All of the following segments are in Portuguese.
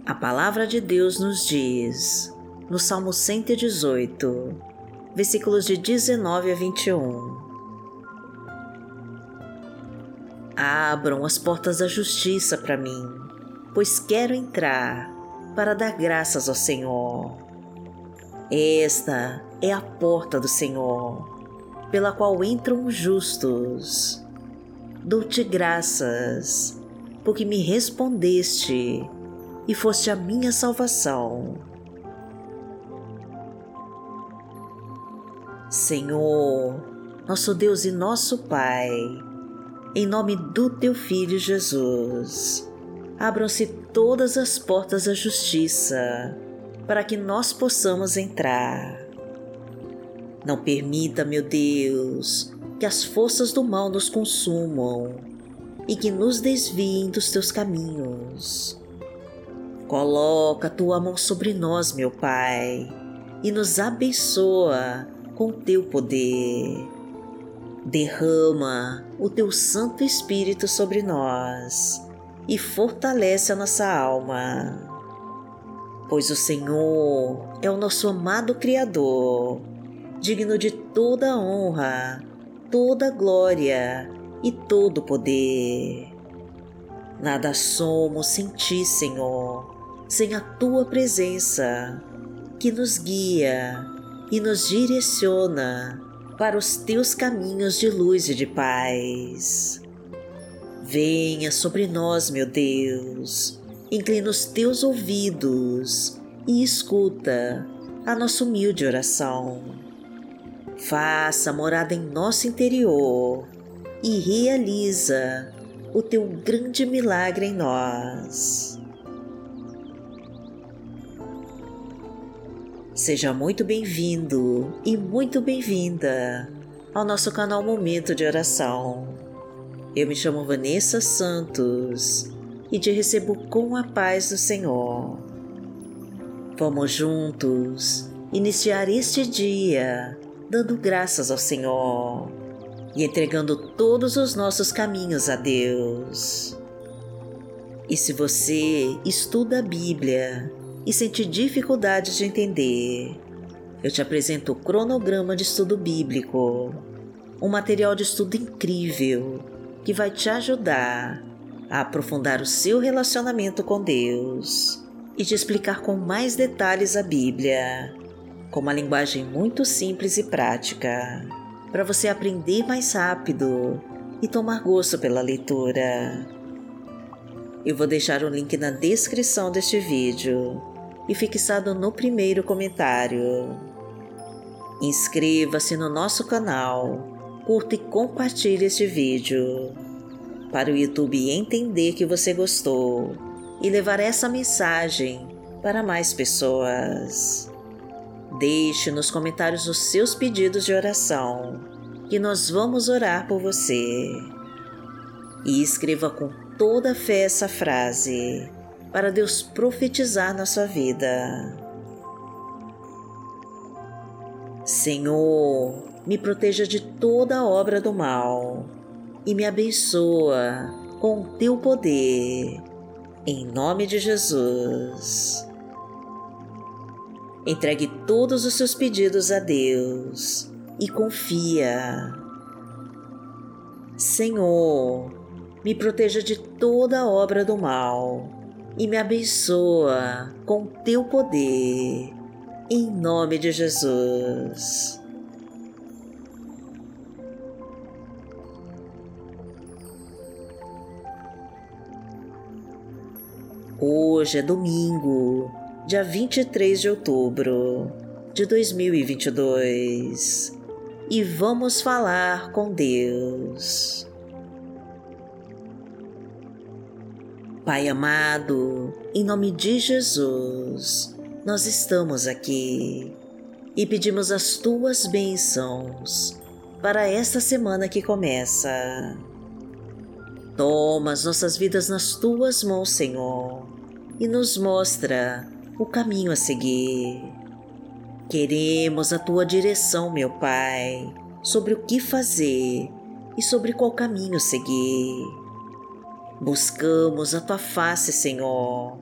A palavra de Deus nos diz, no Salmo 118, versículos de 19 a 21. Abram as portas da justiça para mim, pois quero entrar para dar graças ao Senhor. Esta é a porta do Senhor, pela qual entram os justos. Dou-te graças, porque me respondeste e foste a minha salvação. Senhor, nosso Deus e nosso Pai, em nome do Teu Filho Jesus, abram-se todas as portas da justiça para que nós possamos entrar. Não permita, meu Deus, que as forças do mal nos consumam e que nos desviem dos Teus caminhos. Coloca a Tua mão sobre nós, meu Pai, e nos abençoa com Teu poder. Derrama o Teu Santo Espírito sobre nós e fortalece a nossa alma. Pois o Senhor é o nosso amado Criador, digno de toda honra, toda glória e todo poder. Nada somos sem Ti, Senhor, sem a Tua presença, que nos guia e nos direciona para os Teus caminhos de luz e de paz. Venha sobre nós, meu Deus, inclina os Teus ouvidos e escuta a nossa humilde oração. Faça morada em nosso interior e realiza o Teu grande milagre em nós. Seja muito bem-vindo e muito bem-vinda ao nosso canal Momento de Oração. Eu me chamo Vanessa Santos e te recebo com a paz do Senhor. Vamos juntos iniciar este dia dando graças ao Senhor e entregando todos os nossos caminhos a Deus. E se você estuda a Bíblia e sente dificuldades de entender, eu te apresento o cronograma de estudo bíblico, um material de estudo incrível que vai te ajudar a aprofundar o seu relacionamento com Deus e te explicar com mais detalhes a Bíblia, com uma linguagem muito simples e prática, para você aprender mais rápido e tomar gosto pela leitura. Eu vou deixar o link na descrição deste vídeo e fixado no primeiro comentário. Inscreva-se no nosso canal, curta e compartilhe este vídeo, para o YouTube entender que você gostou e levar essa mensagem para mais pessoas. Deixe nos comentários os seus pedidos de oração, que nós vamos orar por você. E escreva com toda a fé essa frase, para Deus profetizar na sua vida. Senhor, me proteja de toda obra do mal e me abençoa com o Teu poder, em nome de Jesus. Entregue todos os seus pedidos a Deus e confia. Senhor, me proteja de toda obra do mal e me abençoa com o Teu poder, em nome de Jesus. Hoje é domingo, dia 23 de outubro de 2022, e vamos falar com Deus. Pai amado, em nome de Jesus, nós estamos aqui e pedimos as Tuas bênçãos para esta semana que começa. Toma as nossas vidas nas Tuas mãos, Senhor, e nos mostra o caminho a seguir. Queremos a Tua direção, meu Pai, sobre o que fazer e sobre qual caminho seguir. Buscamos a Tua face, Senhor,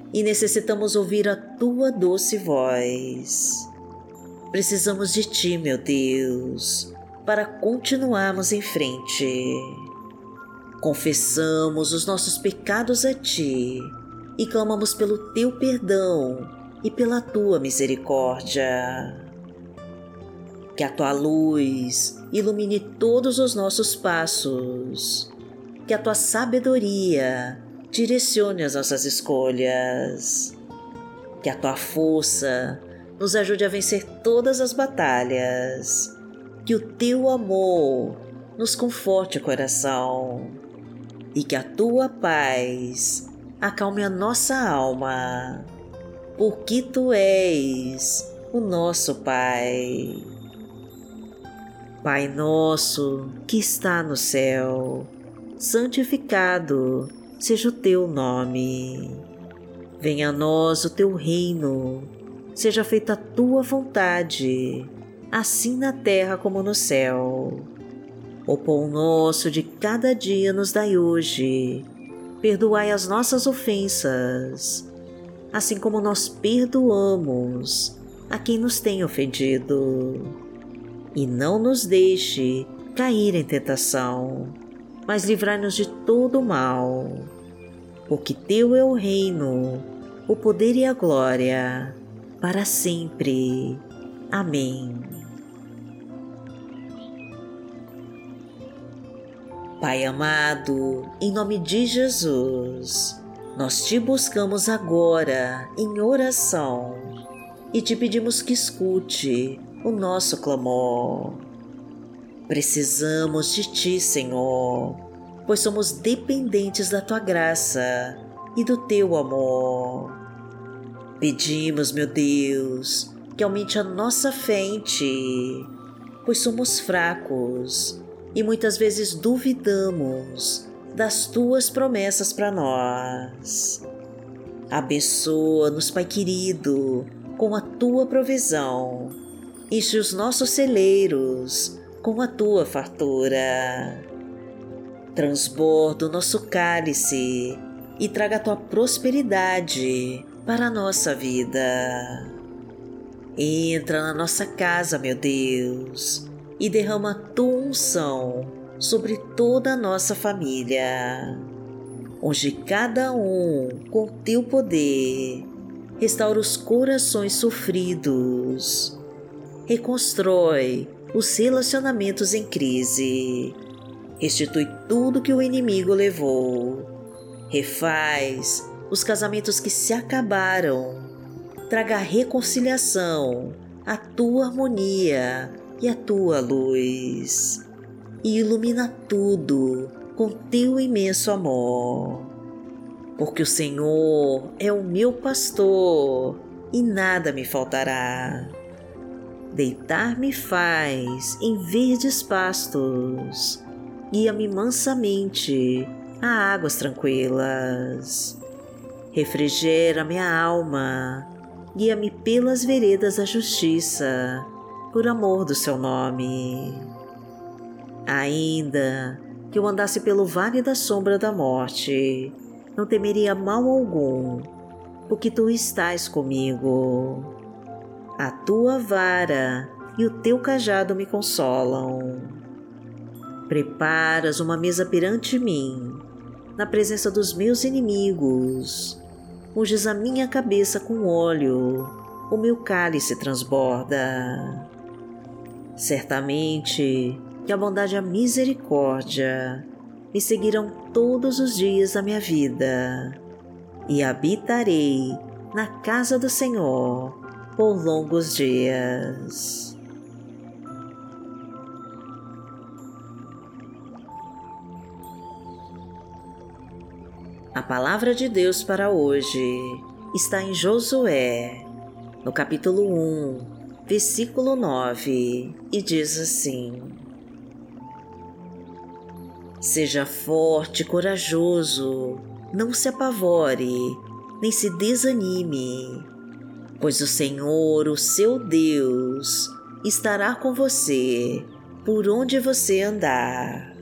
e necessitamos ouvir a Tua doce voz. Precisamos de Ti, meu Deus, para continuarmos em frente. Confessamos os nossos pecados a Ti e clamamos pelo Teu perdão e pela Tua misericórdia. Que a Tua luz ilumine todos os nossos passos. Que a Tua sabedoria direcione as nossas escolhas. Que a Tua força nos ajude a vencer todas as batalhas. Que o Teu amor nos conforte o coração. E que a Tua paz acalme a nossa alma. Porque Tu és o nosso Pai. Pai nosso que está no céu, santificado seja o Teu nome. Venha a nós o Teu reino, seja feita a Tua vontade, assim na terra como no céu. O pão nosso de cada dia nos dai hoje. Perdoai as nossas ofensas, assim como nós perdoamos a quem nos tem ofendido. E não nos deixe cair em tentação, mas livrai-nos de todo o mal. Porque Teu é o reino, o poder e a glória, para sempre. Amém. Pai amado, em nome de Jesus, nós Te buscamos agora em oração e Te pedimos que escute o nosso clamor. Precisamos de Ti, Senhor, pois somos dependentes da Tua graça e do Teu amor. Pedimos, meu Deus, que aumente a nossa fé em Ti, pois somos fracos e muitas vezes duvidamos das Tuas promessas para nós. Abençoa-nos, Pai querido, com a Tua provisão. Enche os nossos celeiros com a Tua fartura. Transborda o nosso cálice e traga a Tua prosperidade para a nossa vida. Entra na nossa casa, meu Deus, e derrama a Tua unção sobre toda a nossa família. Unge cada um com Teu poder. Restaura os corações sofridos. Reconstrói os relacionamentos em crise. Restitui tudo que o inimigo levou. Refaz os casamentos que se acabaram. Traga a reconciliação, a Tua harmonia e a Tua luz. E ilumina tudo com Teu imenso amor. Porque o Senhor é o meu pastor e nada me faltará. Deitar-me faz em verdes pastos, guia-me mansamente a águas tranquilas. Refrigera minha alma, guia-me pelas veredas da justiça, por amor do Seu nome. Ainda que eu andasse pelo vale da sombra da morte, não temeria mal algum, porque Tu estás comigo. A Tua vara e o Teu cajado me consolam. Preparas uma mesa perante mim, na presença dos meus inimigos. Unges a minha cabeça com óleo, o meu cálice transborda. Certamente que a bondade e a misericórdia me seguirão todos os dias da minha vida, e habitarei na casa do Senhor por longos dias. A palavra de Deus para hoje está em Josué, no capítulo 1, versículo 9, e diz assim: Seja forte e corajoso, não se apavore, nem se desanime, pois o Senhor, o seu Deus, estará com você por onde você andar.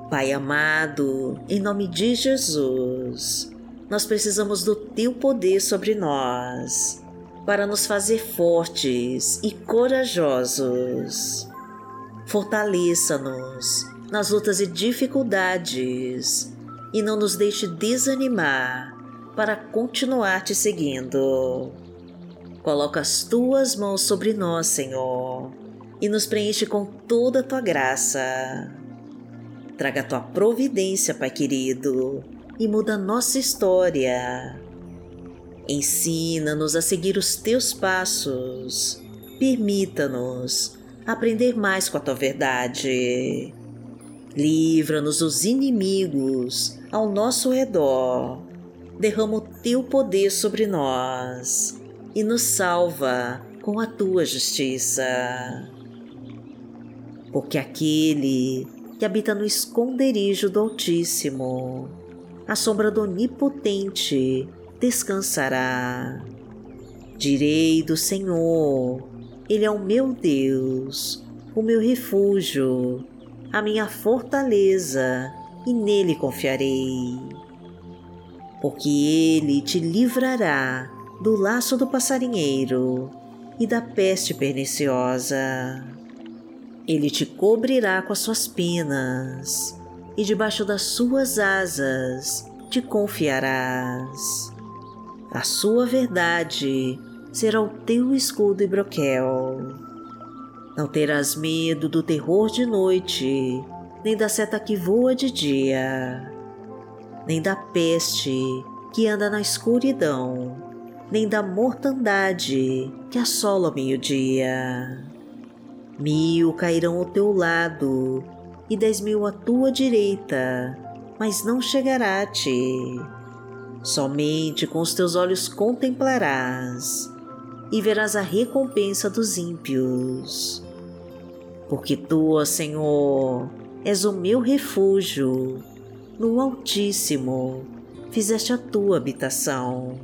Pai amado, em nome de Jesus, nós precisamos do Teu poder sobre nós, para nos fazer fortes e corajosos. Fortaleça-nos nas lutas e dificuldades e não nos deixe desanimar para continuar Te seguindo. Coloca as Tuas mãos sobre nós, Senhor, e nos preenche com toda a Tua graça. Traga a Tua providência, Pai querido, e muda a nossa história. Ensina-nos a seguir os Teus passos. Permita-nos aprender mais com a Tua verdade. Livra-nos dos inimigos ao nosso redor. Derrama o Teu poder sobre nós e nos salva com a Tua justiça. Porque aquele que habita no esconderijo do Altíssimo, à sombra do Onipotente, descansará. Direi do Senhor, Ele é o meu Deus, o meu refúgio, a minha fortaleza, e nele confiarei. Porque Ele te livrará do laço do passarinheiro e da peste perniciosa. Ele te cobrirá com as suas penas, e debaixo das suas asas te confiarás. A sua verdade será o teu escudo e broquel. Não terás medo do terror de noite, nem da seta que voa de dia, nem da peste que anda na escuridão, nem da mortandade que assola ao meio-dia. 1000 cairão ao teu lado e 10.000 à tua direita, mas não chegará a ti. Somente com os teus olhos contemplarás e verás a recompensa dos ímpios. Porque tu, ó Senhor, és o meu refúgio, no Altíssimo fizeste a tua habitação.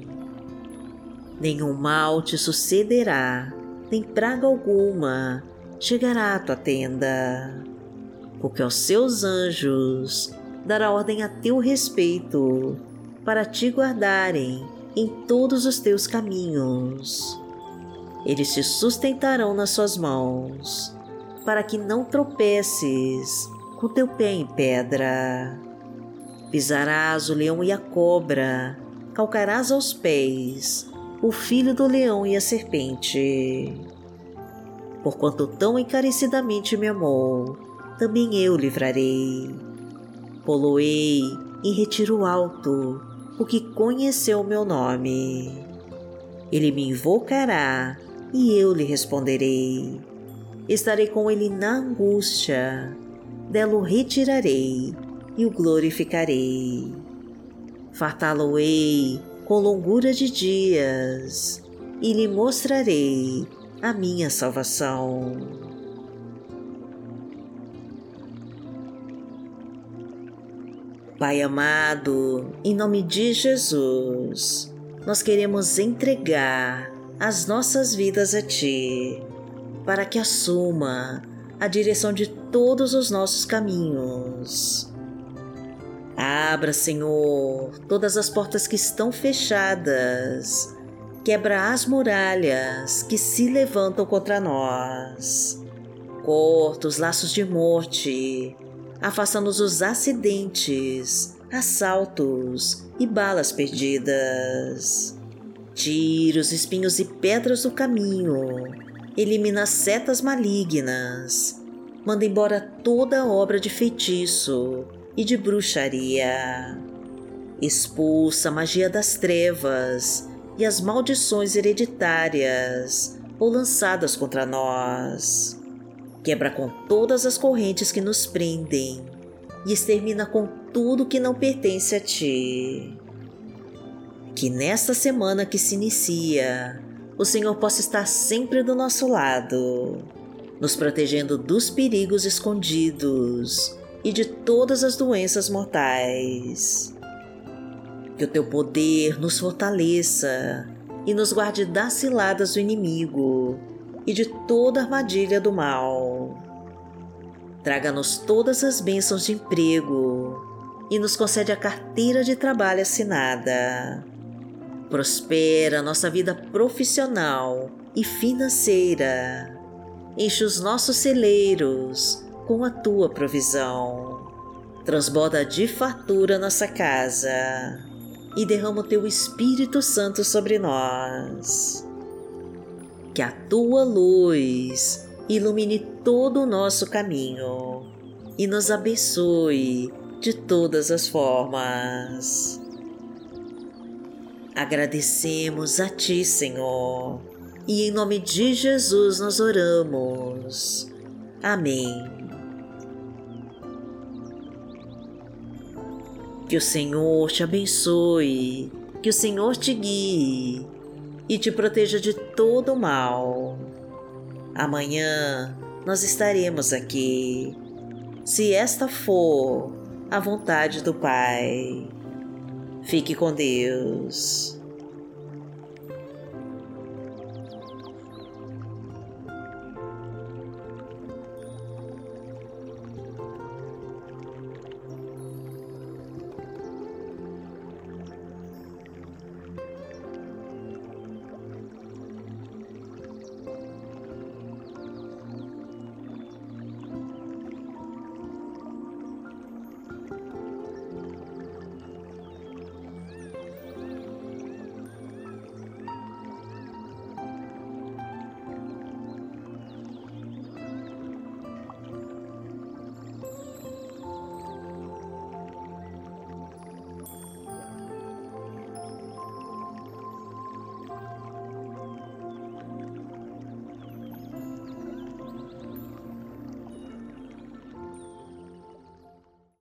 Nenhum mal te sucederá, nem praga alguma chegará à tua tenda, porque aos seus anjos dará ordem a teu respeito, para te guardarem em todos os teus caminhos. Eles te sustentarão nas suas mãos, para que não tropeces com teu pé em pedra. Pisarás o leão e a cobra, calcarás aos pés o filho do leão e a serpente. Porquanto tão encarecidamente me amou, também eu livrarei. Poloei em retiro alto, porque conheceu o meu nome. Ele me invocará e eu lhe responderei. Estarei com ele na angústia, dela o retirarei e o glorificarei. Fartá-lo-ei com longura de dias e lhe mostrarei a minha salvação. Pai amado, em nome de Jesus, nós queremos entregar as nossas vidas a Ti, para que assuma a direção de todos os nossos caminhos. Abra, Senhor, todas as portas que estão fechadas. Quebra as muralhas que se levantam contra nós. Corta os laços de morte. Afasta-nos os acidentes, assaltos e balas perdidas. Tira os espinhos e pedras do caminho. Elimina as setas malignas. Manda embora toda obra de feitiço e de bruxaria. Expulsa a magia das trevas e as maldições hereditárias ou lançadas contra nós. Quebra com todas as correntes que nos prendem e extermina com tudo que não pertence a Ti. Que nesta semana que se inicia, o Senhor possa estar sempre do nosso lado, nos protegendo dos perigos escondidos e de todas as doenças mortais. Que o Teu poder nos fortaleça e nos guarde das ciladas do inimigo e de toda armadilha do mal. Traga-nos todas as bênçãos de emprego e nos concede a carteira de trabalho assinada. Prospera nossa vida profissional e financeira. Enche os nossos celeiros com a tua provisão. Transborda de fartura nossa casa e derrama o teu Espírito Santo sobre nós. Que a tua luz ilumine todo o nosso caminho e nos abençoe de todas as formas. Agradecemos a Ti, Senhor, e em nome de Jesus nós oramos. Amém. Que o Senhor te abençoe, que o Senhor te guie e te proteja de todo o mal. Amanhã nós estaremos aqui, se esta for a vontade do Pai. Fique com Deus.